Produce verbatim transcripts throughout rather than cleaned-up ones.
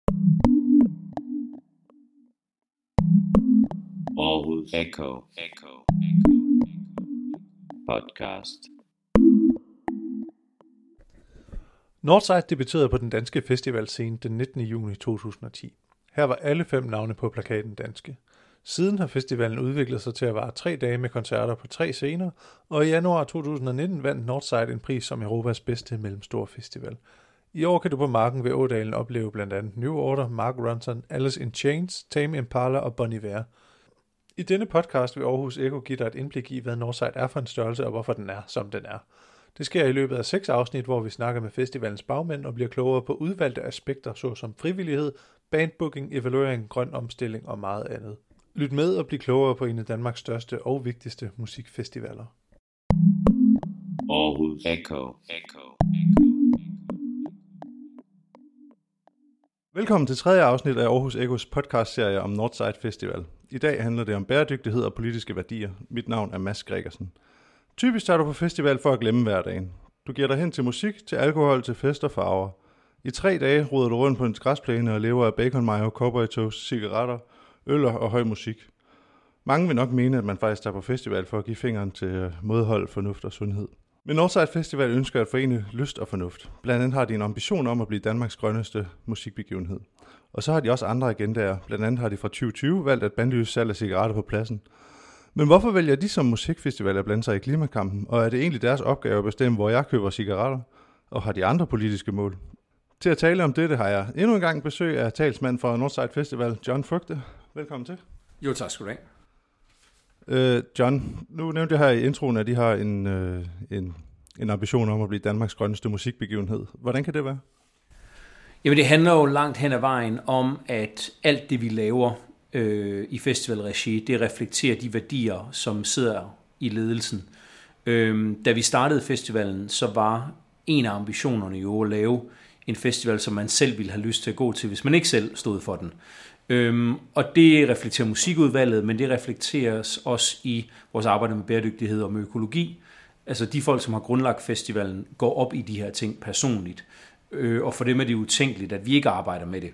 Aarhus Echo, Echo, podcast. Northside debuterede på den danske festivalscene den nittende juni to tusind og ti. Her var alle fem navne på plakaten danske. Siden har festivalen udviklet sig til at vare tre dage med koncerter på tre scener, og i januar to tusind og nitten vandt Northside en pris som Europas bedste mellemstor festival. I år kan du på marken ved Ådalen opleve blandt andet New Order, Mark Ronson, Alice in Chains, Tame Impala og Bon Iver. I denne podcast vil Aarhus Echo give dig et indblik i, hvad Northside er for en størrelse og hvorfor den er, som den er. Det sker i løbet af seks afsnit, hvor vi snakker med festivalens bagmænd og bliver klogere på udvalgte aspekter, såsom frivillighed, bandbooking, evaluering, grøn omstilling og meget andet. Lyt med og bliv klogere på en af Danmarks største og vigtigste musikfestivaler. Aarhus Echo, Echo. Velkommen til tredje afsnit af Aarhus Echos podcastserie om Northside Festival. I dag handler det om bæredygtighed og politiske værdier. Mit navn er Mads Gregersen. Typisk tager du på festival for at glemme hverdagen. Du giver dig hen til musik, til alkohol, til fest og farver. I tre dage roder du rundt på en græsplæne og lever af bacon mayo, cowboy toast, cigaretter, øl og høj musik. Mange vil nok mene, at man faktisk tager på festival for at give fingeren til modhold, fornuft og sundhed. Men Northside Festival ønsker at forene lyst og fornuft. Blandt andet har de en ambition om at blive Danmarks grønneste musikbegivenhed. Og så har de også andre agendaer. Blandt andet har de fra tyve tyve valgt at bandlyse salg af cigaretter på pladsen. Men hvorfor vælger de som musikfestival at blande sig i klimakampen? Og er det egentlig deres opgave at bestemme, hvor jeg køber cigaretter? Og har de andre politiske mål? Til at tale om dette har jeg endnu en gang besøg af talsmand for Northside Festival, John Frugte. Velkommen til. Jo, tak skal du have. Uh, John, nu nævnte jeg her i introen, at de har en, uh, en, en ambition om at blive Danmarks grønneste musikbegivenhed. Hvordan kan det være? Jamen, det handler jo langt hen ad vejen om, at alt det, vi laver øh, i festivalregi, det reflekterer de værdier, som sidder i ledelsen. Øh, da vi startede festivalen, så var en af ambitionerne jo at lave en festival, som man selv ville have lyst til at gå til, hvis man ikke selv stod for den. Øhm, og det reflekterer musikudvalget, men det reflekteres også i vores arbejde med bæredygtighed og med økologi. Altså de folk, som har grundlagt festivalen, går op i de her ting personligt. Øh, og for dem er det utænkeligt, at vi ikke arbejder med det.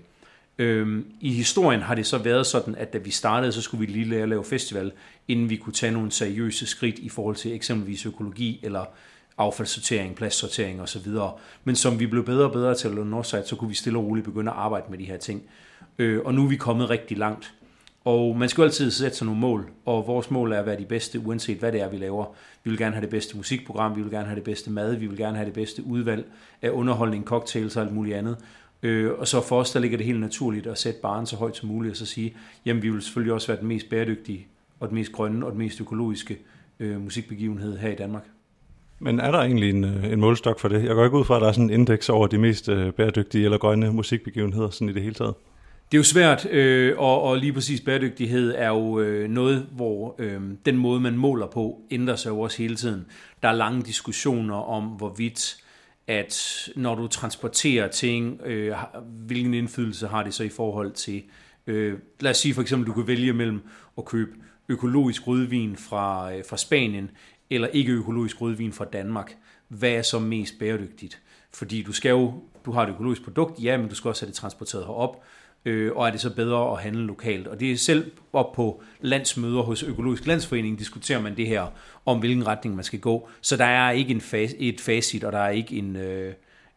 Øh, I historien har det så været sådan, at da vi startede, så skulle vi lige lære at lave festival, inden vi kunne tage nogle seriøse skridt i forhold til eksempelvis økologi eller affaldssortering, plastsortering osv. Men som vi blev bedre og bedre til at lave Northside, så kunne vi stille og roligt begynde at arbejde med de her ting. Øh, og nu er vi kommet rigtig langt. Og man skal jo altid sætte sig nogle mål, og vores mål er at være de bedste, uanset hvad det er, vi laver. Vi vil gerne have det bedste musikprogram, vi vil gerne have det bedste mad, vi vil gerne have det bedste udvalg af underholdning, cocktails og alt muligt andet. Øh, og så for os, der ligger det helt naturligt at sætte barren så højt som muligt, og så sige, jamen vi vil selvfølgelig også være den mest bæredygtige, og den mest grønne, og den mest økologiske øh, musikbegivenhed her i Danmark. Men er der egentlig en, en målestok for det? Jeg går ikke ud fra, at der er sådan en indeks over de mest bæredygtige eller grønne musikbegivenheder sådan i det hele taget. Det er jo svært, øh, og, og lige præcis bæredygtighed er jo øh, noget, hvor øh, den måde, man måler på, ændrer sig jo også hele tiden. Der er lange diskussioner om, hvorvidt, at når du transporterer ting, øh, hvilken indflydelse har det så i forhold til, øh, lad os sige for eksempel, du kan vælge mellem at købe økologisk rødvin fra, øh, fra Spanien, eller ikke økologisk rødvin fra Danmark. Hvad er så mest bæredygtigt? Fordi du skal jo, du har et økologisk produkt, ja, men du skal også have det transporteret herop, øh, og er det så bedre at handle lokalt? Og det er selv op på landsmøder hos Økologisk Landsforening, diskuterer man det her, om hvilken retning man skal gå. Så der er ikke en fas, et facit, og der er ikke en, øh,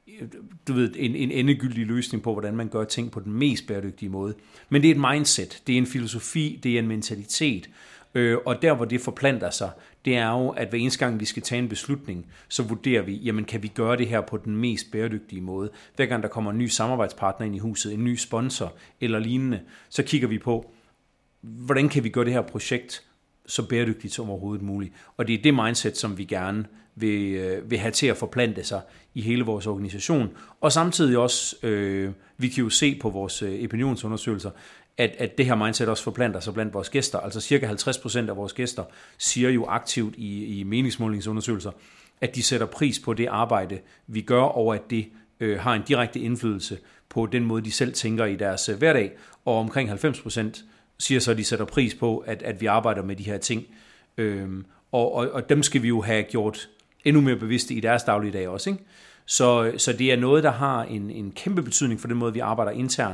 du ved, en, en endegyldig løsning på, hvordan man gør ting på den mest bæredygtige måde. Men det er et mindset, det er en filosofi, det er en mentalitet, øh, og der, hvor det forplanter sig, det er jo, at hver eneste gang vi skal tage en beslutning, så vurderer vi, jamen kan vi gøre det her på den mest bæredygtige måde? Hver gang der kommer en ny samarbejdspartner ind i huset, en ny sponsor eller lignende, så kigger vi på, hvordan kan vi gøre det her projekt så bæredygtigt som overhovedet muligt? Og det er det mindset, som vi gerne vil, vil have til at forplante sig i hele vores organisation. Og samtidig også, øh, vi kan jo se på vores opinionsundersøgelser, At, at det her mindset også forplanter sig blandt vores gæster. Altså cirka halvtreds procent af vores gæster siger jo aktivt i, i meningsmålingsundersøgelser, at de sætter pris på det arbejde, vi gør, og at det øh, har en direkte indflydelse på den måde, de selv tænker i deres øh, hverdag. Og omkring halvfems procent siger så, at de sætter pris på, at, at vi arbejder med de her ting. Øhm, og, og, og dem skal vi jo have gjort endnu mere bevidste i deres dagligdag også, ikke? Så, så det er noget, der har en, en kæmpe betydning for den måde, vi arbejder internt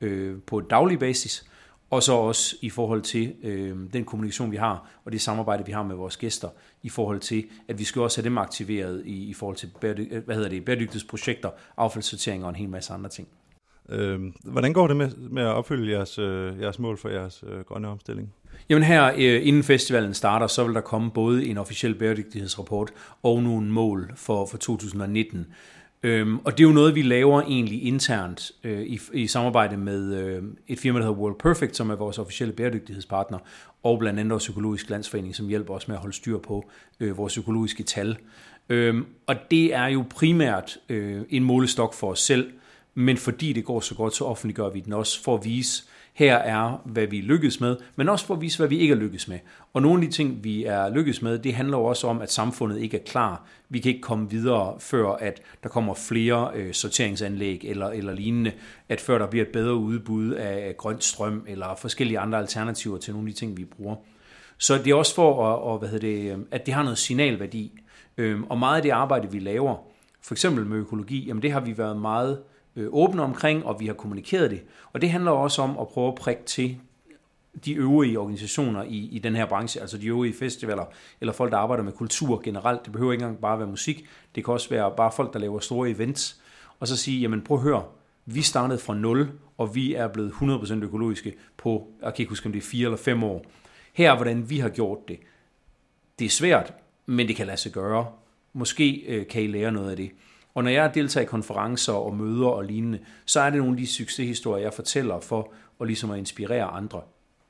øh, på et daglig basis, og så også i forhold til øh, den kommunikation, vi har, og det samarbejde, vi har med vores gæster, i forhold til, at vi skal også have dem aktiveret i, i forhold til bæredyg, hvad hedder det, bæredygtighedsprojekter, affaldssortering og en hel masse andre ting. Øhm, hvordan går det med, med at opfylde jeres, øh, jeres mål for jeres øh, grønne omstilling? Jamen her, øh, inden festivalen starter, så vil der komme både en officiel bæredygtighedsrapport og nogle mål for, for to tusind nitten. Øhm, og det er jo noget, vi laver egentlig internt øh, i, i samarbejde med øh, et firma, der hedder World Perfect, som er vores officielle bæredygtighedspartner, og blandt andet også Økologisk Landsforening, som hjælper os med at holde styr på øh, vores økologiske tal. Øhm, og det er jo primært øh, en målestok for os selv, men fordi det går så godt, så offentliggør vi den også for at vise, her er, hvad vi lykkes med, men også for at vise, hvad vi ikke er lykkes med. Og nogle af de ting, vi er lykkes med, det handler også om, at samfundet ikke er klar. Vi kan ikke komme videre, før at der kommer flere øh, sorteringsanlæg eller, eller lignende, at før der bliver et bedre udbud af grønt strøm eller forskellige andre alternativer til nogle af de ting, vi bruger. Så det er også for, at, og, hvad hedder det, at det har noget signalværdi. Øhm, og meget af det arbejde, vi laver, for eksempel med økologi, jamen det har vi været meget åbne omkring, og vi har kommunikeret det. Og det handler også om at prøve at prikke til de øvrige organisationer i, i den her branche, altså de øvrige festivaler, eller folk, der arbejder med kultur generelt. Det behøver ikke engang bare være musik, det kan også være bare folk, der laver store events, og så sige, jamen prøv at høre, vi startede fra nul, og vi er blevet hundrede procent økologiske på, jeg kan ikke huske, om det er fire eller fem år. Her, hvordan vi har gjort det. Det er svært, men det kan lade sig gøre. Måske øh, kan I lære noget af det. Og når jeg deltager i konferencer og møder og lignende, så er det nogle af de succeshistorier, jeg fortæller for at, ligesom at inspirere andre.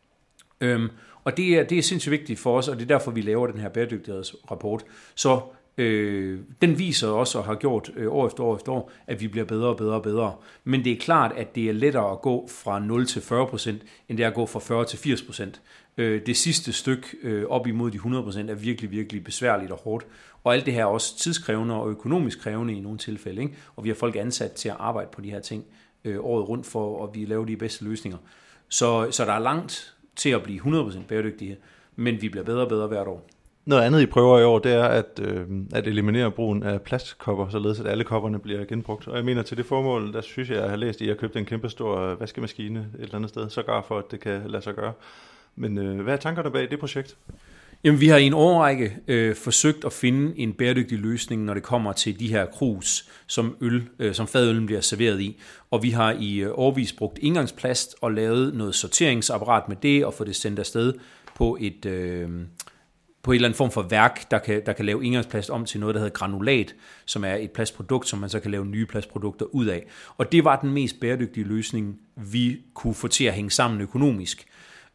Øhm, og det er, det er sindssygt vigtigt for os, og det er derfor, vi laver den her bæredygtighedsrapport. Så øh, den viser også, og har gjort øh, år efter år efter år, at vi bliver bedre og bedre og bedre. Men det er klart, at det er lettere at gå fra nul til fyrre procent, end det er at gå fra fyrre til firs procent. Øh, det sidste stykke øh, op imod de hundrede procent er virkelig, virkelig besværligt og hårdt. Og alt det her er også tidskrævende og økonomisk krævende i nogle tilfælde. Ikke? Og vi har folk ansat til at arbejde på de her ting øh, året rundt for, at vi laver de bedste løsninger. Så, så der er langt til at blive hundrede procent bæredygtige, men vi bliver bedre og bedre hvert år. Noget andet, I prøver i år, det er at, øh, at eliminere brugen af plastkopper, således at alle kopperne bliver genbrugt. Og jeg mener, til det formål, der synes jeg, jeg har læst, at I har købt en kæmpe stor vaskemaskine et eller andet sted, sågar for, at det kan lade sig gøre. Men øh, hvad er tankerne bag det projekt? Jamen, vi har i en årrække øh, forsøgt at finde en bæredygtig løsning, når det kommer til de her krus, som, øl, øh, som fadøllen bliver serveret i. Og vi har i øh, årvis brugt engangsplast og lavet noget sorteringsapparat med det, og fået det sendt afsted på et, øh, på en eller anden form for værk, der kan, der kan lave engangsplast om til noget, der hedder granulat, som er et plastprodukt, som man så kan lave nye plastprodukter ud af. Og det var den mest bæredygtige løsning, vi kunne få til at hænge sammen økonomisk.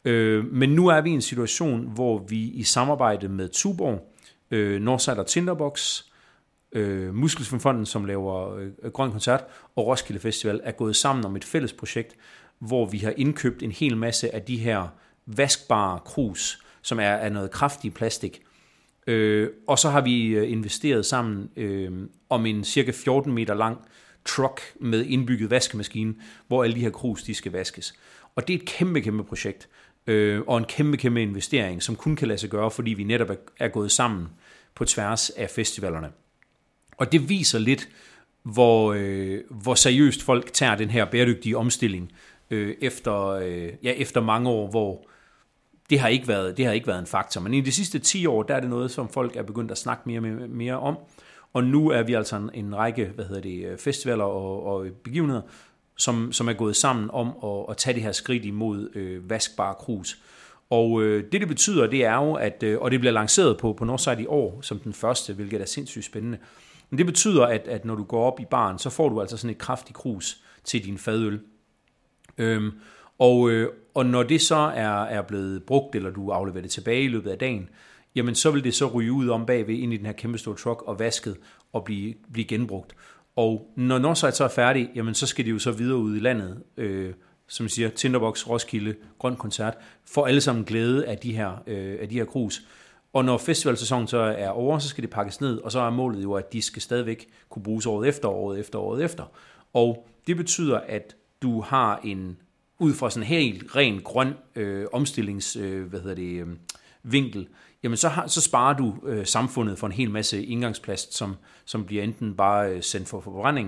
Men nu er vi i en situation, hvor vi i samarbejde med Tuborg, Northside og Tinderbox, Muskelsvindfonden, som laver Grøn Koncert, og Roskilde Festival er gået sammen om et fælles projekt, hvor vi har indkøbt en hel masse af de her vaskbare krus, som er af noget kraftig plastik. Og så har vi investeret sammen om en cirka fjorten meter lang truck med indbygget vaskemaskine, hvor alle de her krus, de skal vaskes. Og det er et kæmpe, kæmpe projekt, øh, og en kæmpe, kæmpe investering, som kun kan lade sig gøre, fordi vi netop er, er gået sammen på tværs af festivalerne. Og det viser lidt, hvor, øh, hvor seriøst folk tager den her bæredygtige omstilling, øh, efter, øh, ja, efter mange år, hvor det har, ikke været, det har ikke været en faktor. Men i de sidste ti år, der er det noget, som folk er begyndt at snakke mere, mere, mere om. Og nu er vi altså en, en række hvad hedder det, festivaler og, og begivenheder, Som, som er gået sammen om at, at tage det her skridt imod øh, vaskbare krus. Og øh, det, det betyder, det er jo, at, øh, og det bliver lanceret på, på Northside i år som den første, hvilket er sindssygt spændende. Men det betyder, at, at når du går op i baren, så får du altså sådan et kraftigt krus til din fadøl. Øhm, og, øh, og når det så er, er blevet brugt, eller du afleverer det tilbage i løbet af dagen, jamen så vil det så ryge ud om bagved ind i den her kæmpe store truck og vasket og blive, blive genbrugt. Og når Northside så er færdig, jamen så skal de jo så videre ud i landet, øh, som jeg siger, Tinderbox, Roskilde, Grøn Koncert, får alle sammen glæde af de her, øh, af de her krus. Og når festivalsæsonen så er over, så skal det pakkes ned, og så er målet jo, at de skal stadigvæk kunne bruges året efter, året efter, året efter. Og det betyder, at du har en, ud fra sådan en helt ren grøn øh, omstillings, øh, hvad hedder det, øh, vinkel, jamen så, har, så sparer du øh, samfundet for en hel masse indgangsplast, som, som bliver enten bare øh, sendt for forbrændingen,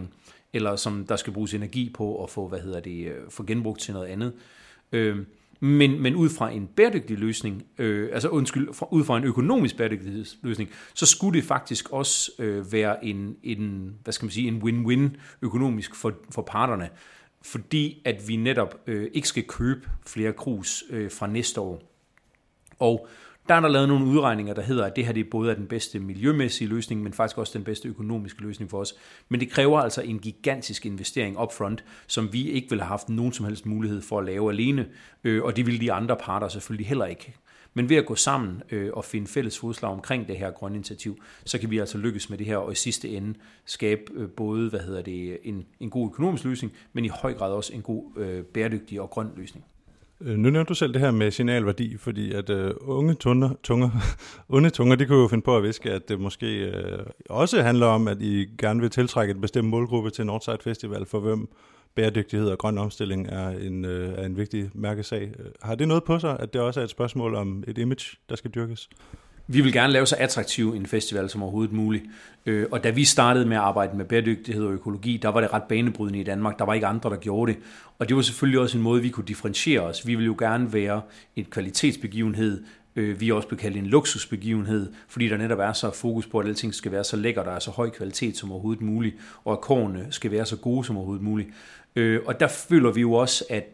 eller som der skal bruges energi på at få, hvad hedder det, få genbrugt til noget andet. Øh, men, men ud fra en bæredygtig løsning, øh, altså undskyld, fra, ud fra en økonomisk bæredygtig løsning, så skulle det faktisk også øh, være en, en, hvad skal man sige, en win-win økonomisk for, for parterne, fordi at vi netop øh, ikke skal købe flere krus øh, fra næste år. Og der er der lavet nogle udregninger, der hedder, at det her det både er den bedste miljømæssige løsning, men faktisk også den bedste økonomiske løsning for os. Men det kræver altså en gigantisk investering upfront, som vi ikke ville have haft nogen som helst mulighed for at lave alene, øh, og det ville de andre parter selvfølgelig heller ikke. Men ved at gå sammen øh, og finde fælles fodslag omkring det her grønne initiativ, så kan vi altså lykkes med det her, og i sidste ende skabe øh, både hvad hedder det, en, en god økonomisk løsning, men i høj grad også en god øh, bæredygtig og grøn løsning. Nu nævnte du selv det her med signalværdi, fordi at uh, unge tunger, tunger, onde tunger, de kunne jo finde på at viske, at det måske uh, også handler om, at I gerne vil tiltrække en bestemt målgruppe til Northside Festival, for hvem bæredygtighed og grøn omstilling er en, uh, er en vigtig mærkesag. Har det noget på sig, at det også er et spørgsmål om et image, der skal dyrkes? Vi vil gerne lave så attraktiv en festival som overhovedet muligt. Og da vi startede med at arbejde med bæredygtighed og økologi, der var det ret banebrydende i Danmark. Der var ikke andre, der gjorde det. Og det var selvfølgelig også en måde, vi kunne differentiere os. Vi vil jo gerne være en kvalitetsbegivenhed. Vi er også blevet kaldt en luksusbegivenhed, fordi der netop er så fokus på, at alting skal være så lækker, der er så høj kvalitet som overhovedet muligt, og at kårene skal være så gode som overhovedet muligt. Og der føler vi jo også, at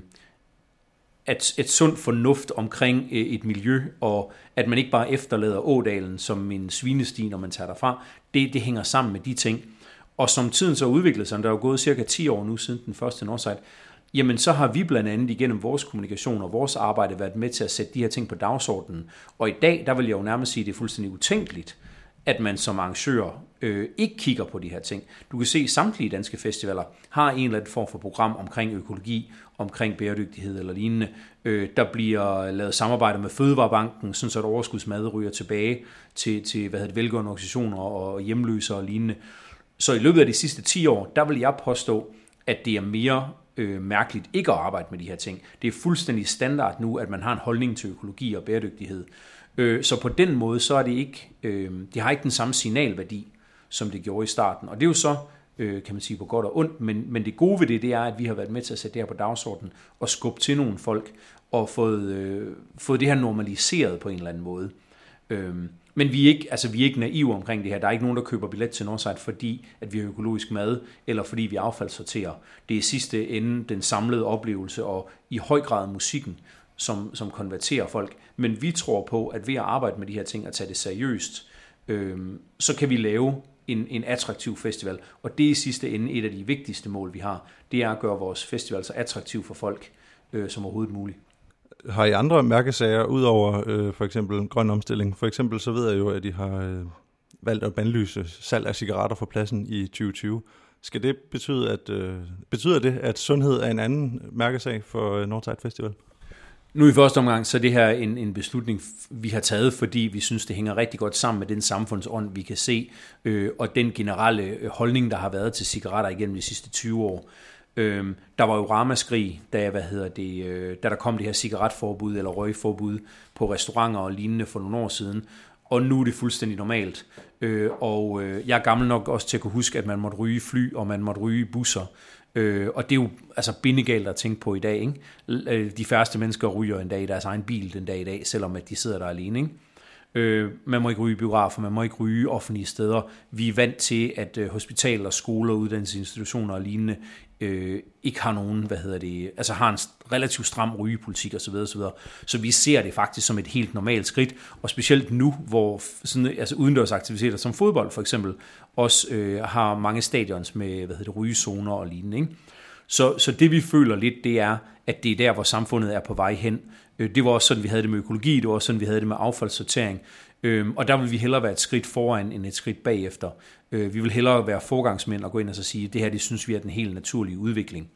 at et sund fornuft omkring et miljø, og at man ikke bare efterlader Ådalen som en svinesti, når man tager derfra, det, det hænger sammen med de ting. Og som tiden så udviklede sig, der er jo gået cirka ti år nu siden den første Northside, jamen så har vi blandt andet igennem vores kommunikation og vores arbejde været med til at sætte de her ting på dagsordenen. Og i dag, der vil jeg jo nærmest sige, at det er fuldstændig utænkeligt, at man som arrangør øh, ikke kigger på de her ting. Du kan se, at samtlige danske festivaler har en eller anden form for program omkring økologi, omkring bæredygtighed eller lignende. Øh, der bliver lavet samarbejder med Fødevarebanken, sådan så at overskudsmad ryger tilbage til, til hvad hedder det, velgørende organisationer og hjemløse og lignende. Så i løbet af de sidste ti år, der vil jeg påstå, at det er mere øh, mærkeligt ikke at arbejde med de her ting. Det er fuldstændig standard nu, at man har en holdning til økologi og bæredygtighed. Så på den måde, så er det ikke, øh, det har ikke den samme signalværdi, som det gjorde i starten. Og det er jo så, øh, kan man sige, på godt og ondt, men, men det gode ved det, det er, at vi har været med til at sætte det her på dagsordenen og skubbe til nogle folk og fået, øh, fået det her normaliseret på en eller anden måde. Øh, men vi er, ikke, altså, vi er ikke naive omkring det her. Der er ikke nogen, der køber billet til Northside, fordi at vi har økologisk mad, eller fordi vi affaldssorterer. Det er i sidste ende den samlede oplevelse, og i høj grad musikken, Som, som konverterer folk. Men vi tror på, at ved at arbejde med de her ting og tage det seriøst, øh, så kan vi lave en, en attraktiv festival. Og det er i sidste ende et af de vigtigste mål, vi har. Det er at gøre vores festival så attraktiv for folk øh, som overhovedet muligt. Har I andre mærkesager ud over øh, for eksempel grøn omstilling? For eksempel så ved jeg jo, at I har øh, valgt at bandlyse salg af cigaretter fra pladsen i tyve tyve. Skal det betyde, at, øh, betyder det, at sundhed er en anden mærkesag for øh, Northside Festival? Nu i første omgang, så er det her en, en beslutning, vi har taget, fordi vi synes, det hænger rigtig godt sammen med den samfundsånd, vi kan se, øh, og den generelle holdning, der har været til cigaretter igennem de sidste tyve år. Øh, der var jo ramaskrig, da, hvad hedder det, øh, da der kom det her cigaretforbud eller røgforbud på restauranter og lignende for nogle år siden, og nu er det fuldstændig normalt. Øh, og øh, jeg er gammel nok også til at kunne huske, at man måtte ryge fly, og man måtte ryge busser. Øh, og det er jo altså bindegalt at tænke på i dag, ikke? De færreste mennesker ryger en dag i deres egen bil den dag i dag, selvom at de sidder der alene, ikke? Øh, man må ikke ryge i biografer, man må ikke ryge offentlige steder. Vi er vant til, at øh, hospitaler, skoler, uddannelsesinstitutioner og lignende øh, ikke har nogen, hvad hedder det, altså har en relativt stram rygepolitik osv. osv. Så vi ser det faktisk som et helt normalt skridt, og specielt nu, hvor sådan, altså udendørsaktiviteter som fodbold for eksempel, også øh, har mange stadions med, hvad hedder det, rygezoner og lignende, ikke? Så, så det vi føler lidt, det er, at det er der, hvor samfundet er på vej hen. Det var også sådan, vi havde det med økologi, det var også sådan, vi havde det med affaldssortering. Og der vil vi hellere være et skridt foran, end et skridt bagefter. Vi vil hellere være forgangsmænd og gå ind og så sige, at det her, det synes vi er den helt naturlige udvikling.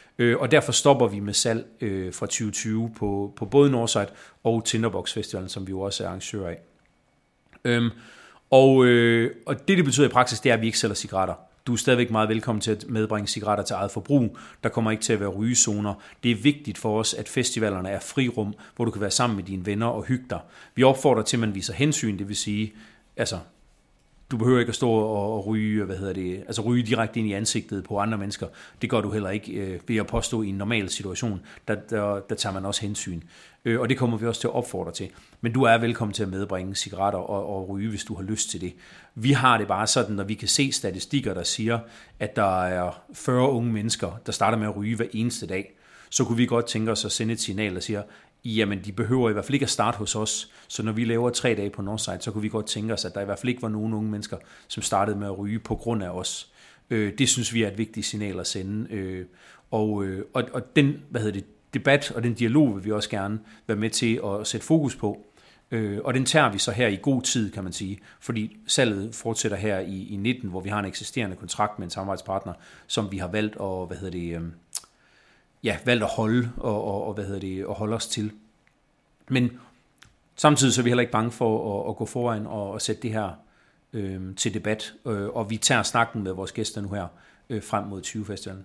Og derfor stopper vi med salg fra tyve tyve på, på både Northside og Tinderbox Festivalen, som vi jo også er arrangører af. Og, og det, det betyder i praksis, det er, at vi ikke sælger cigaretter. Du er stadigvæk meget velkommen til at medbringe cigaretter til eget forbrug. Der kommer ikke til at være rygezoner. Det er vigtigt for os, at festivalerne er frirum, hvor du kan være sammen med dine venner og hygge dig. Vi opfordrer til, at man viser hensyn, det vil sige, altså du behøver ikke at stå og ryge, hvad hedder det, altså ryge direkte ind i ansigtet på andre mennesker. Det gør du heller ikke øh, ved at påstå i en normal situation. Der, der, der tager man også hensyn. Øh, og det kommer vi også til at opfordre til. Men du er velkommen til at medbringe cigaretter og, og ryge, hvis du har lyst til det. Vi har det bare sådan, når vi kan se statistikker, der siger, at der er fyrre unge mennesker, der starter med at ryge hver eneste dag. Så kunne vi godt tænke os at sende et signal, der siger, jamen de behøver i hvert fald ikke at starte hos os. Så når vi laver tre dage på Northside, så kunne vi godt tænke os, at der i hvert fald ikke var nogen unge mennesker, som startede med at ryge på grund af os. Øh, det synes vi er et vigtigt signal at sende. Øh, og, øh, og, og den hvad hedder det, debat og den dialog vil vi også gerne være med til at sætte fokus på. Øh, og den tager vi så her i god tid, kan man sige. Fordi salget fortsætter her i, i nitten, hvor vi har en eksisterende kontrakt med en samarbejdspartner, som vi har valgt at, hvad hedder det... Øh, ja, valgt at holde og, og, og hvad hedder det, og holde os til. Men samtidig så er vi heller ikke bange for at, at gå foran og, og sætte det her øh, til debat, øh, og vi tager snakken med vores gæster nu her øh, frem mod tyve-festivalen.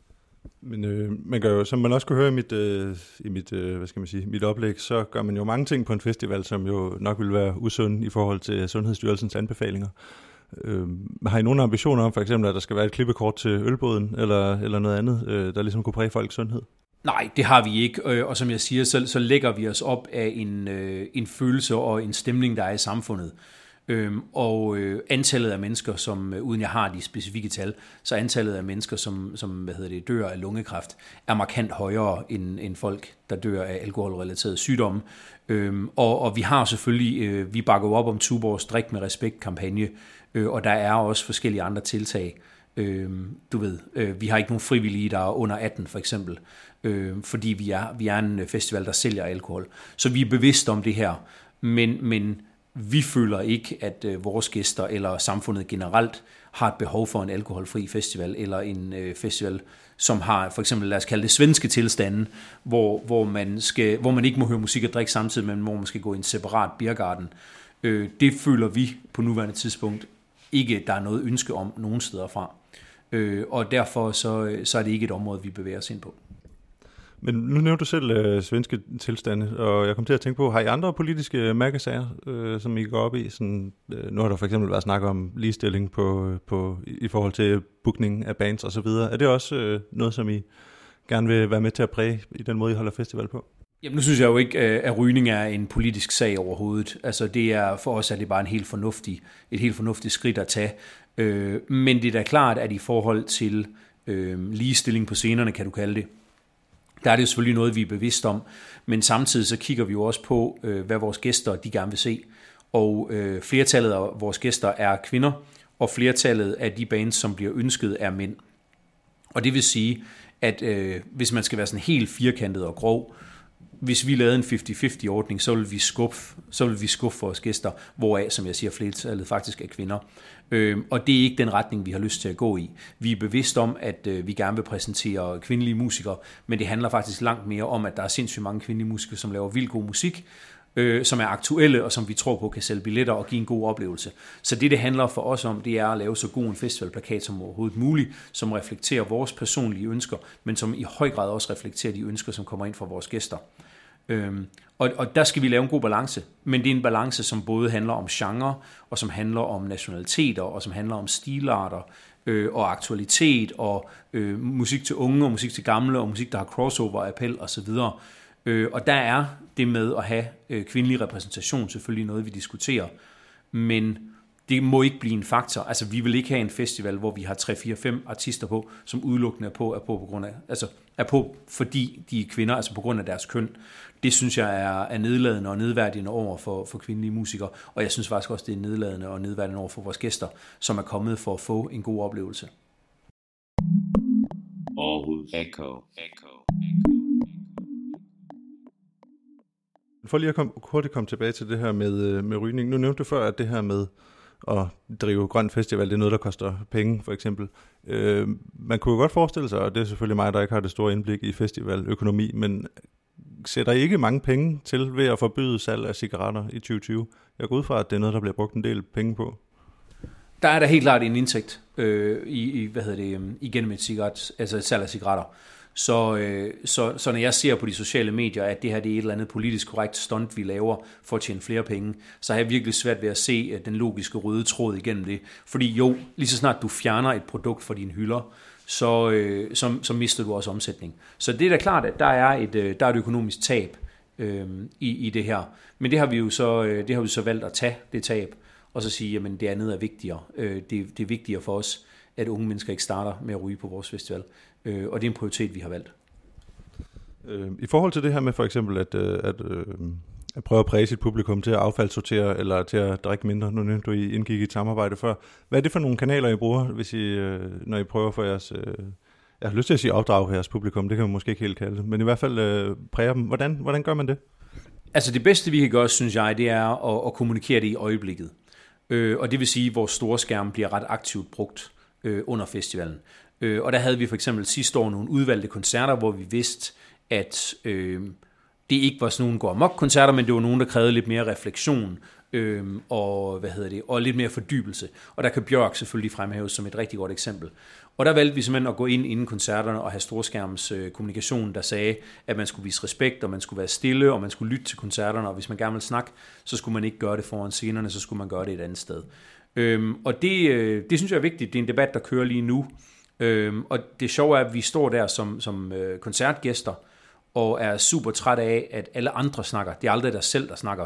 Men øh, man gør jo, som man også kunne høre i mit, øh, i mit, øh, hvad skal man sige, mit oplæg, så gør man jo mange ting på en festival, som jo nok vil være usunde i forhold til Sundhedsstyrelsens anbefalinger. Øh, har I nogle ambitioner om for eksempel, at der skal være et klippekort til ølbåden, eller, eller noget andet, øh, der ligesom kunne præge folks sundhed? Nej, det har vi ikke, og som jeg siger, så, så lægger vi os op af en, øh, en følelse og en stemning, der er i samfundet. Øhm, og øh, antallet af mennesker, som øh, uden jeg har de specifikke tal, så antallet af mennesker, som, som hvad hedder det, dør af lungekræft, er markant højere end, end folk, der dør af alkoholrelaterede sygdomme. Øhm, og, og vi har selvfølgelig, øh, vi bakker op om Tuborgs Drik med Respekt-kampagne, øh, og der er også forskellige andre tiltag. Øh, du ved, øh, vi har ikke nogen frivillige, der er under atten for eksempel, øh, fordi vi er, vi er en festival, der sælger alkohol. Så vi er bevidste om det her, men, men vi føler ikke, at øh, vores gæster eller samfundet generelt har et behov for en alkoholfri festival, eller en øh, festival, som har for eksempel, lad os kalde det svenske tilstanden, hvor, hvor, man, skal, hvor man ikke må høre musik og drikke samtidig, men hvor man skal gå i en separat biergarten. Øh, det føler vi på nuværende tidspunkt ikke, der er noget ønske om nogen steder fra. Øh, og derfor så, så er det ikke et område, vi bevæger os ind på. Men nu nævnte du selv øh, svenske tilstande, og jeg kom til at tænke på, har I andre politiske mærkesager, øh, som I går op i? Sådan, øh, nu har der for eksempel været snak om ligestilling på, på, i forhold til bookning af bands osv. Er det også øh, noget, som I gerne vil være med til at præge i den måde, I holder festival på? Jamen nu synes jeg jo ikke, at rygning er en politisk sag overhovedet. Altså det er, for os er det bare en helt fornuftig, et helt fornuftigt skridt at tage. Øh, men det er da klart, at i forhold til øh, ligestilling på scenerne, kan du kalde det, der er det jo selvfølgelig noget, vi er bevidst om. Men samtidig så kigger vi jo også på, øh, hvad vores gæster de gerne vil se. Og øh, flertallet af vores gæster er kvinder, og flertallet af de bands, som bliver ønsket, er mænd. Og det vil sige, at øh, hvis man skal være sådan helt firkantet og grov, hvis vi lavede en halvtreds halvtreds ordning, så vil vi skuffe, så vil vi skuffe vores gæster, hvoraf, som jeg siger, flertallet faktisk er kvinder. Øh, og det er ikke den retning, vi har lyst til at gå i. Vi er bevidst om, at øh, vi gerne vil præsentere kvindelige musikere, men det handler faktisk langt mere om, at der er sindssygt mange kvindelige musikere, som laver vildt god musik, øh, som er aktuelle, og som vi tror på kan sælge billetter og give en god oplevelse. Så det, det handler for os om, det er at lave så god en festivalplakat som overhovedet muligt, som reflekterer vores personlige ønsker, men som i høj grad også reflekterer de ønsker, som kommer ind fra vores gæster. Øhm, og, og der skal vi lave en god balance, men det er en balance, som både handler om genre, og som handler om nationaliteter, og som handler om stilarter, øh, og aktualitet, og øh, musik til unge, og musik til gamle, og musik, der har crossover, appel osv. Øh, og der er det med at have øh, kvindelig repræsentation selvfølgelig noget, vi diskuterer, men det må ikke blive en faktor. Altså, vi vil ikke have en festival, hvor vi har tre, fire, fem artister på, som udelukkende er på, er på, på grund af, altså er på, fordi de er kvinder, altså på grund af deres køn. Det synes jeg er, er nedladende og nedværdigende over for, for kvindelige musikere, og jeg synes faktisk også, det er nedladende og nedværdigende over for vores gæster, som er kommet for at få en god oplevelse. Aarhus Echo. Echo. For lige at kom, hurtigt komme tilbage til det her med, med rygning. Nu nævnte du før, at det her med at drive Grøn Festival, det er noget, der koster penge, for eksempel. Øh, man kunne jo godt forestille sig, og det er selvfølgelig mig, der ikke har det store indblik i festivaløkonomi, men sætter I ikke mange penge til ved at forbyde salg af cigaretter i tyve tyve? Jeg går ud fra, at det er noget, der bliver brugt en del penge på. Der er der helt klart en indtægt øh, i, i, hvad hedder det, igennem et cigaret, altså et salg af cigaretter. Så, øh, så, så når jeg ser på de sociale medier, at det her det er et eller andet politisk korrekt stunt, vi laver for at tjene flere penge, så har jeg virkelig svært ved at se den logiske røde tråd igennem det. Fordi jo, lige så snart du fjerner et produkt fra dine hylder, så, øh, så, så mister du også omsætning. Så det er da klart, at der er et, der er et økonomisk tab øh, i, i det her. Men det har vi jo så, det har vi så valgt at tage, det tab, og så sige, at det andet er vigtigere. Det, det er vigtigere for os, at unge mennesker ikke starter med at ryge på vores festival. Og det er en prioritet, vi har valgt. I forhold til det her med for eksempel at, at, at prøve at præge sit publikum til at affaldssortere eller til at drikke mindre, nu nævnte du, I indgik i et samarbejde før. Hvad er det for nogle kanaler, I bruger, hvis I, når I prøver for jeres, jeg har lyst til at sige opdrag for jeres publikum, det kan man måske ikke helt kalde det, men i hvert fald præge dem. Hvordan, hvordan gør man det? Altså det bedste, vi kan gøre, synes jeg, det er at, at kommunikere det i øjeblikket. Øh, og det vil sige, at vores store skærm bliver ret aktivt brugt øh, under festivalen. Øh, og der havde vi for eksempel sidste år nogle udvalgte koncerter, hvor vi vidste, at øh, det ikke var sådan nogle gå-amok-koncerter, men det var nogle, der krævede lidt mere refleksion øh, og, hvad hedder det, og lidt mere fordybelse. Og der kan Bjørk selvfølgelig fremhæves som et rigtig godt eksempel. Og der valgte vi simpelthen at gå ind inden koncerterne og have storskærms øh, kommunikation, der sagde, at man skulle vise respekt, og man skulle være stille, og man skulle lytte til koncerterne, og hvis man gerne ville snakke, så skulle man ikke gøre det foran scenerne, så skulle man gøre det et andet sted. Øhm, og det, øh, det synes jeg er vigtigt. Det er en debat, der kører lige nu. Øhm, og det sjove er, at vi står der som, som øh, koncertgæster, og er super trætte af, at alle andre snakker. Det er aldrig der selv, der snakker.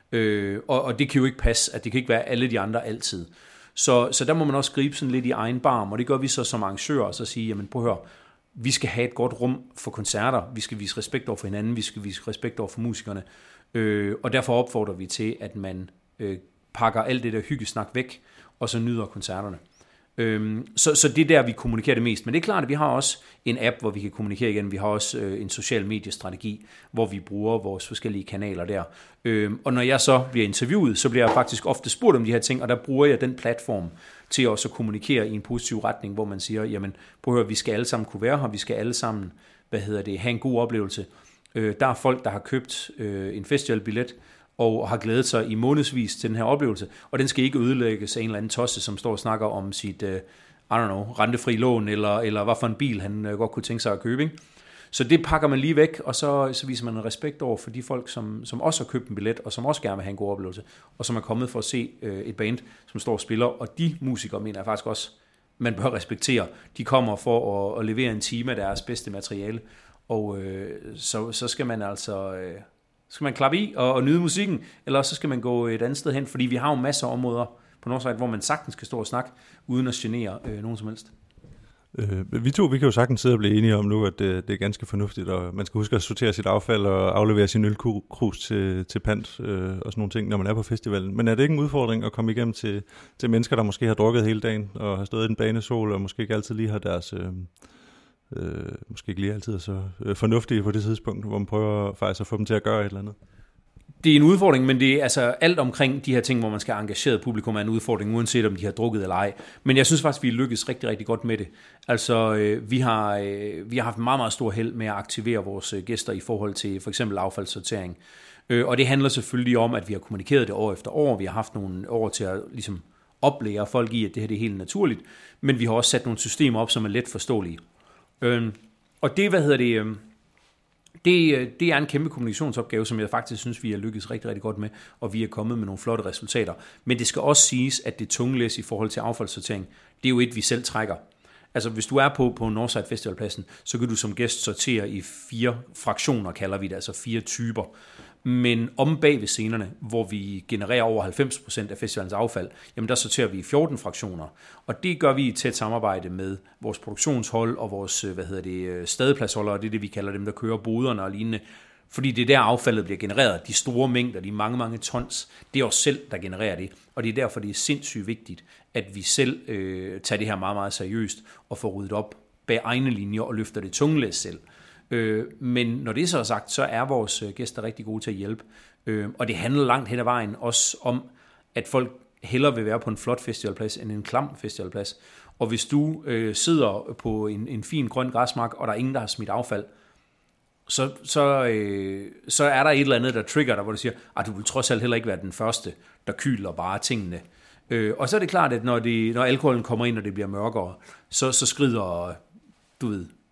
Øh, og, og det kan jo ikke passe, at det kan ikke være alle de andre altid. Så, så der må man også gribe sådan lidt i egen barm, og det gør vi så som arrangører, og så sige, jamen prøv at høre, vi skal have et godt rum for koncerter, vi skal vise respekt over for hinanden, vi skal vise respekt over for musikerne, øh, og derfor opfordrer vi til, at man øh, pakker alt det der hyggesnak væk, og så nyder koncerterne. Øhm, så, så det er der, vi kommunikerer det mest. Men det er klart, at vi har også en app, hvor vi kan kommunikere igen. Vi har også øh, en social mediestrategi, hvor vi bruger vores forskellige kanaler der. Øhm, og når jeg så bliver interviewet, så bliver jeg faktisk ofte spurgt om de her ting, og der bruger jeg den platform til også at kommunikere i en positiv retning, hvor man siger, jamen prøv at høre, vi skal alle sammen kunne være her, vi skal alle sammen, hvad hedder det, have en god oplevelse. Øh, der er folk, der har købt øh, en festivalbillet, og har glædet sig i månedsvis til den her oplevelse, og den skal ikke ødelægges af en eller anden tosse, som står og snakker om sit, uh, I don't know, rentefri lån, eller, eller hvad for en bil han uh, godt kunne tænke sig at købe, ikke? Så det pakker man lige væk, og så, så viser man en respekt over for de folk, som, som også har købt en billet, og som også gerne vil have en god oplevelse, og som er kommet for at se uh, et band, som står og spiller, og de musikere mener jeg faktisk også, man bør respektere. De kommer for at, at levere en time af deres bedste materiale, og uh, så, så skal man altså... Uh, Så skal man klappe i og, og nyde musikken, eller så skal man gå et andet sted hen, fordi vi har jo masser af områder på Northside, hvor man sagtens kan stå og snakke, uden at genere øh, nogen som helst. Øh, vi to, vi kan jo sagtens sidde og blive enige om nu, at det, det er ganske fornuftigt, og man skal huske at sortere sit affald og aflevere sin ølkrus til, til pant øh, og sådan nogle ting, når man er på festivalen. Men er det ikke en udfordring at komme igennem til, til mennesker, der måske har drukket hele dagen, og har stået i den banesol, og måske ikke altid lige har deres... Øh, Øh, måske ikke lige altid er så øh, fornuftige på det tidspunkt, hvor man prøver faktisk at få dem til at gøre et eller andet? Det er en udfordring, men det er altså alt omkring de her ting, hvor man skal engagere publikum, er en udfordring, uanset om de har drukket eller ej. Men jeg synes faktisk, vi er lykkedes rigtig, rigtig godt med det. Altså, øh, vi, har, øh, vi har haft meget, meget stor held med at aktivere vores øh, gæster i forhold til for eksempel affaldssortering. Øh, og det handler selvfølgelig om, at vi har kommunikeret det år efter år. Vi har haft nogle år til at ligesom oplære folk i, at det her det er helt naturligt. Men vi har også sat nogle systemer op, som er let forståelige. Øhm, og det, hvad hedder det, øhm, det, det er en kæmpe kommunikationsopgave, som jeg faktisk synes, vi har lykkedes rigtig, rigtig godt med, og vi er kommet med nogle flotte resultater. Men det skal også siges, at det tunge læs i forhold til affaldssortering, det er jo et, vi selv trækker. Altså, hvis du er på, på Northside Festivalpladsen, så kan du som gæst sortere i fire fraktioner, kalder vi det, altså fire typer. Men om bag ved scenerne, hvor vi genererer over halvfems procent af festivalens affald, jamen der sorterer vi i fjorten fraktioner. Og det gør vi i tæt samarbejde med vores produktionshold og vores, hvad hedder det, stadepladsholdere, og det er det, vi kalder dem, der kører boderne og lignende. Fordi det er der affaldet bliver genereret. De store mængder, de mange, mange tons, det er os selv, der genererer det. Og det er derfor, det er sindssygt vigtigt, at vi selv øh, tager det her meget, meget seriøst og får ryddet op bag egne linjer og løfter det tungelæs selv. Øh, men når det så er sagt, så er vores gæster rigtig gode til at hjælpe. Øh, og det handler langt hen ad vejen også om, at folk hellere vil være på en flot festivalplads end en klam festivalplads. Og hvis du øh, sidder på en, en fin grøn græsmark, og der er ingen, der har smidt affald, så, så, øh, så er der et eller andet, der trigger dig, hvor du siger, at du vil trods alt heller ikke være den første, der kyler bare tingene. Øh, og så er det klart, at når, det, når alkoholen kommer ind, og det bliver mørkere, så, så skrider, du ved,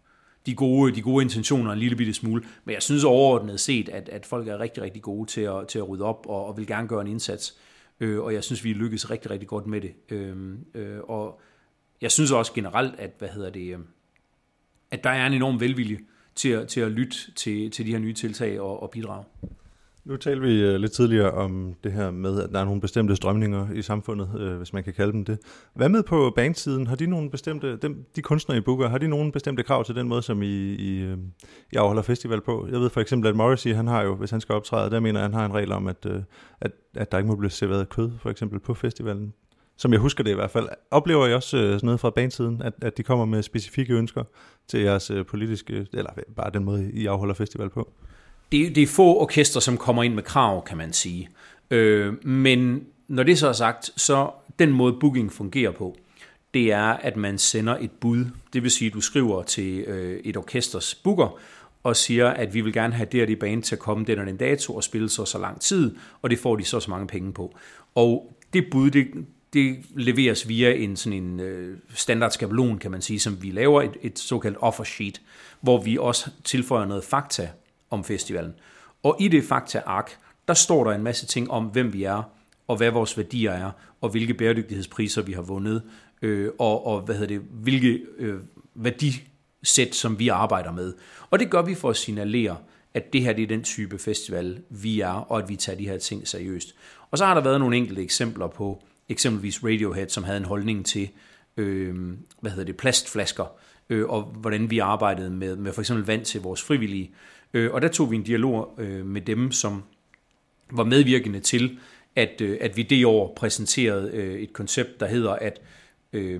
de gode, de gode intentioner en lille bitte smule. Men jeg synes overordnet set, at, at folk er rigtig, rigtig gode til at, til at rydde op og, og vil gerne gøre en indsats. Øh, og jeg synes, vi lykkes rigtig, rigtig godt med det. Øh, øh, og jeg synes også generelt, at, hvad hedder det, øh, at der er en enorm velvilje til at, til at lytte til, til de her nye tiltag og, og bidrage. Nu talte vi uh, lidt tidligere om det her med, at der er nogle bestemte strømninger i samfundet, uh, hvis man kan kalde dem det. Hvad med på bandsiden? Har de nogle bestemte, dem, de kunstnere i booker, har de nogle bestemte krav til den måde, som I, I, uh, I afholder festival på? Jeg ved for eksempel, at Morrissey, han har jo, hvis han skal optræde, der mener han har en regel om, at, uh, at, at der ikke må blive serveret kød, for eksempel på festivalen. Som jeg husker det i hvert fald. Oplever I også uh, sådan noget fra bandsiden, at, at de kommer med specifikke ønsker til jeres uh, politiske, eller bare den måde, I afholder festival på? Det, det er få orkester, som kommer ind med krav, kan man sige. Øh, men når det så er sagt, så den måde booking fungerer på, det er, at man sender et bud. Det vil sige, at du skriver til øh, et orkesters booker og siger, at vi vil gerne have det og det band til at komme den og den dato og spille så så lang tid, og det får de så så mange penge på. Og det bud, det, det leveres via en sådan en øh, standard skabelon, kan man sige, som vi laver et, et såkaldt offer sheet, hvor vi også tilføjer noget fakta om festivalen. Og i det fakta-ark, der står der en masse ting om, hvem vi er, og hvad vores værdier er, og hvilke bæredygtighedspriser vi har vundet, øh, og, og hvad hedder det, hvilke øh, værdisæt, som vi arbejder med. Og det gør vi for at signalere, at det her det er den type festival, vi er, og at vi tager de her ting seriøst. Og så har der været nogle enkelte eksempler på, eksempelvis Radiohead, som havde en holdning til, øh, hvad hedder det, plastflasker, øh, og hvordan vi arbejdede med, med for eksempel vand til vores frivillige. Og der tog vi en dialog med dem, som var medvirkende til, at, at vi det år præsenterede et koncept, der hedder, at øh,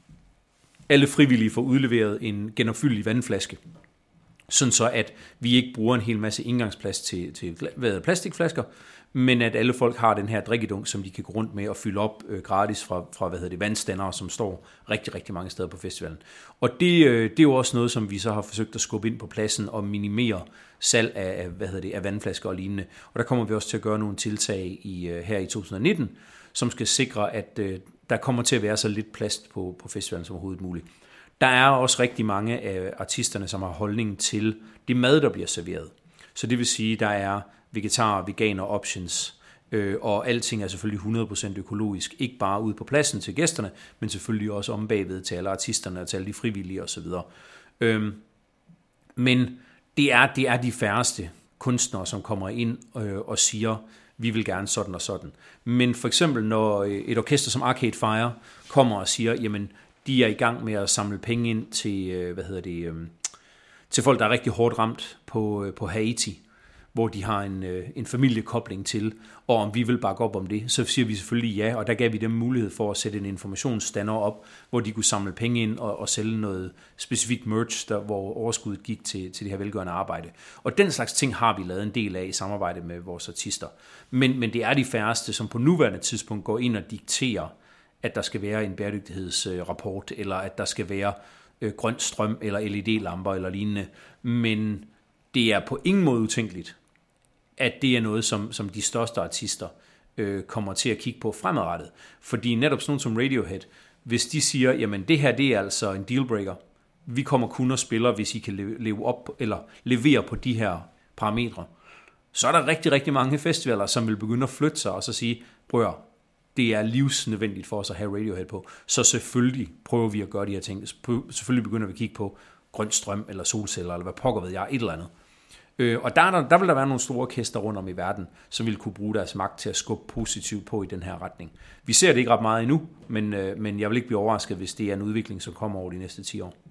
alle frivillige får udleveret en genopfyldelig vandflaske. Sådan så, at vi ikke bruger en hel masse indgangsplads til, til hvad, plastikflasker, men at alle folk har den her drikkedunk, som de kan gå rundt med og fylde op øh, gratis fra, fra hvad hedder det, vandstandere, som står rigtig, rigtig mange steder på festivalen. Og det, øh, det er jo også noget, som vi så har forsøgt at skubbe ind på pladsen og minimere salg af, hvad hedder det, af vandflasker og lignende. Og der kommer vi også til at gøre nogle tiltag i, øh, her i to tusind nitten, som skal sikre, at øh, der kommer til at være så lidt plast på, på festivalen som overhovedet muligt. Der er også rigtig mange af artisterne, som har holdning til det mad, der bliver serveret. Så det vil sige, der er vegetar, veganer options, øh, og alting er selvfølgelig hundrede procent økologisk. Ikke bare ude på pladsen til gæsterne, men selvfølgelig også om bagved til alle artisterne og til alle de frivillige osv. Øhm, men det er, det er de færreste kunstnere, som kommer ind øh, og siger, vi vil gerne sådan og sådan. Men for eksempel, når et orkester som Arcade Fire kommer og siger, jamen, de er i gang med at samle penge ind til, hvad hedder det, til folk, der er rigtig hårdt ramt på, på Haiti, hvor de har en, en familiekobling til, og om vi vil bakke op om det, så siger vi selvfølgelig ja, og der gav vi dem mulighed for at sætte en informationsstander op, hvor de kunne samle penge ind og, og sælge noget specifikt merch, der, hvor overskuddet gik til, til det her velgørende arbejde. Og den slags ting har vi lavet en del af i samarbejde med vores artister. Men, men det er de færreste, som på nuværende tidspunkt går ind og dikterer, at der skal være en bæredygtighedsrapport, eller at der skal være øh, grøn strøm, eller L E D-lamper, eller lignende. Men det er på ingen måde utænkeligt, at det er noget, som, som de største artister øh, kommer til at kigge på fremadrettet. Fordi netop sådan nogen som Radiohead, hvis de siger, jamen det her, det er altså en dealbreaker, vi kommer kun og spiller, hvis I kan leve op, eller levere på de her parametre, så er der rigtig, rigtig mange festivaler, som vil begynde at flytte sig, og så sige, prøv, det er livsnødvendigt for os at have Radiohead på. Så selvfølgelig prøver vi at gøre de her ting. Selvfølgelig begynder vi at kigge på grøn strøm, eller solceller, eller hvad pokker ved jeg, et eller andet. Øh, og der, der, der vil der være nogle store orkester rundt om i verden, som vil kunne bruge deres magt til at skubbe positivt på i den her retning. Vi ser det ikke ret meget endnu, men, øh, men jeg vil ikke blive overrasket, hvis det er en udvikling, som kommer over de næste ti år.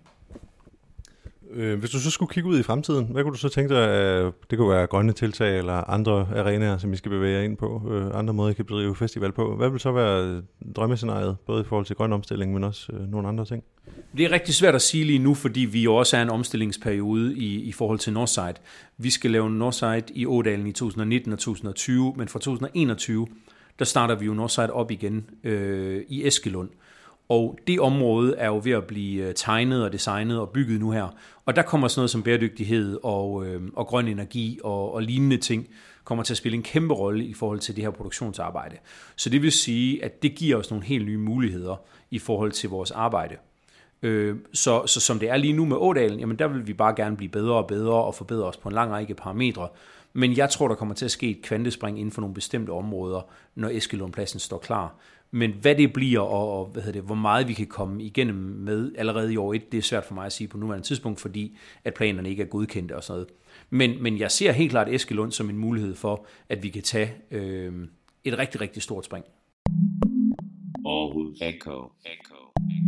Hvis du så skulle kigge ud i fremtiden, hvad kunne du så tænke dig, det kunne være grønne tiltag eller andre arenaer, som I skal bevæge jer ind på, andre måder, I kan bedrive festival på. Hvad vil så være drømmescenariet, både i forhold til grøn omstilling, men også nogle andre ting? Det er rigtig svært at sige lige nu, fordi vi jo også er en omstillingsperiode i, i forhold til Northside. Vi skal lave Northside i Ådalen i to tusind nitten og to tusind tyve, men fra to tusind enogtyve, der starter vi jo Northside op igen øh, i Eskelund. Og det område er jo ved at blive tegnet og designet og bygget nu her. Og der kommer sådan noget som bæredygtighed og, øh, og grøn energi og, og lignende ting, kommer til at spille en kæmpe rolle i forhold til det her produktionsarbejde. Så det vil sige, at det giver os nogle helt nye muligheder i forhold til vores arbejde. Øh, så, så som det er lige nu med Ådalen, jamen der vil vi bare gerne blive bedre og bedre og forbedre os på en lang række parametre. Men jeg tror, der kommer til at ske et kvantespring inden for nogle bestemte områder, når Eskelundpladsen står klar. Men hvad det bliver, og, og hvad hedder det, hvor meget vi kan komme igennem med allerede i år et, det er svært for mig at sige på nuværende tidspunkt, fordi at planerne ikke er godkendte og sådan noget. Men, men jeg ser helt klart Eskelund som en mulighed for, at vi kan tage øh, et rigtig, rigtig stort spring. Aarhus Echo. Echo.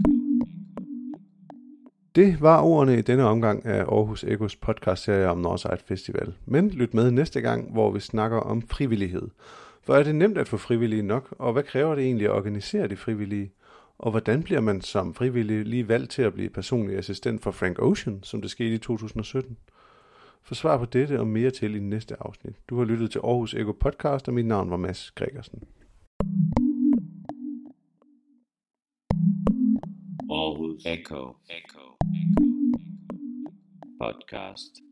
Det var ordene i denne omgang af Aarhus Echos podcastserie om Northside Festival. Men lyt med næste gang, hvor vi snakker om frivillighed. For er det nemt at få frivillige nok, og hvad kræver det egentlig at organisere de frivillige? Og hvordan bliver man som frivillig lige valgt til at blive personlig assistent for Frank Ocean, som det skete i to tusind og sytten? For svar på dette og mere til i næste afsnit. Du har lyttet til Aarhus Echo podcast, og mit navn var Mads Gregersen. Aarhus Echo. Echo. Podcast.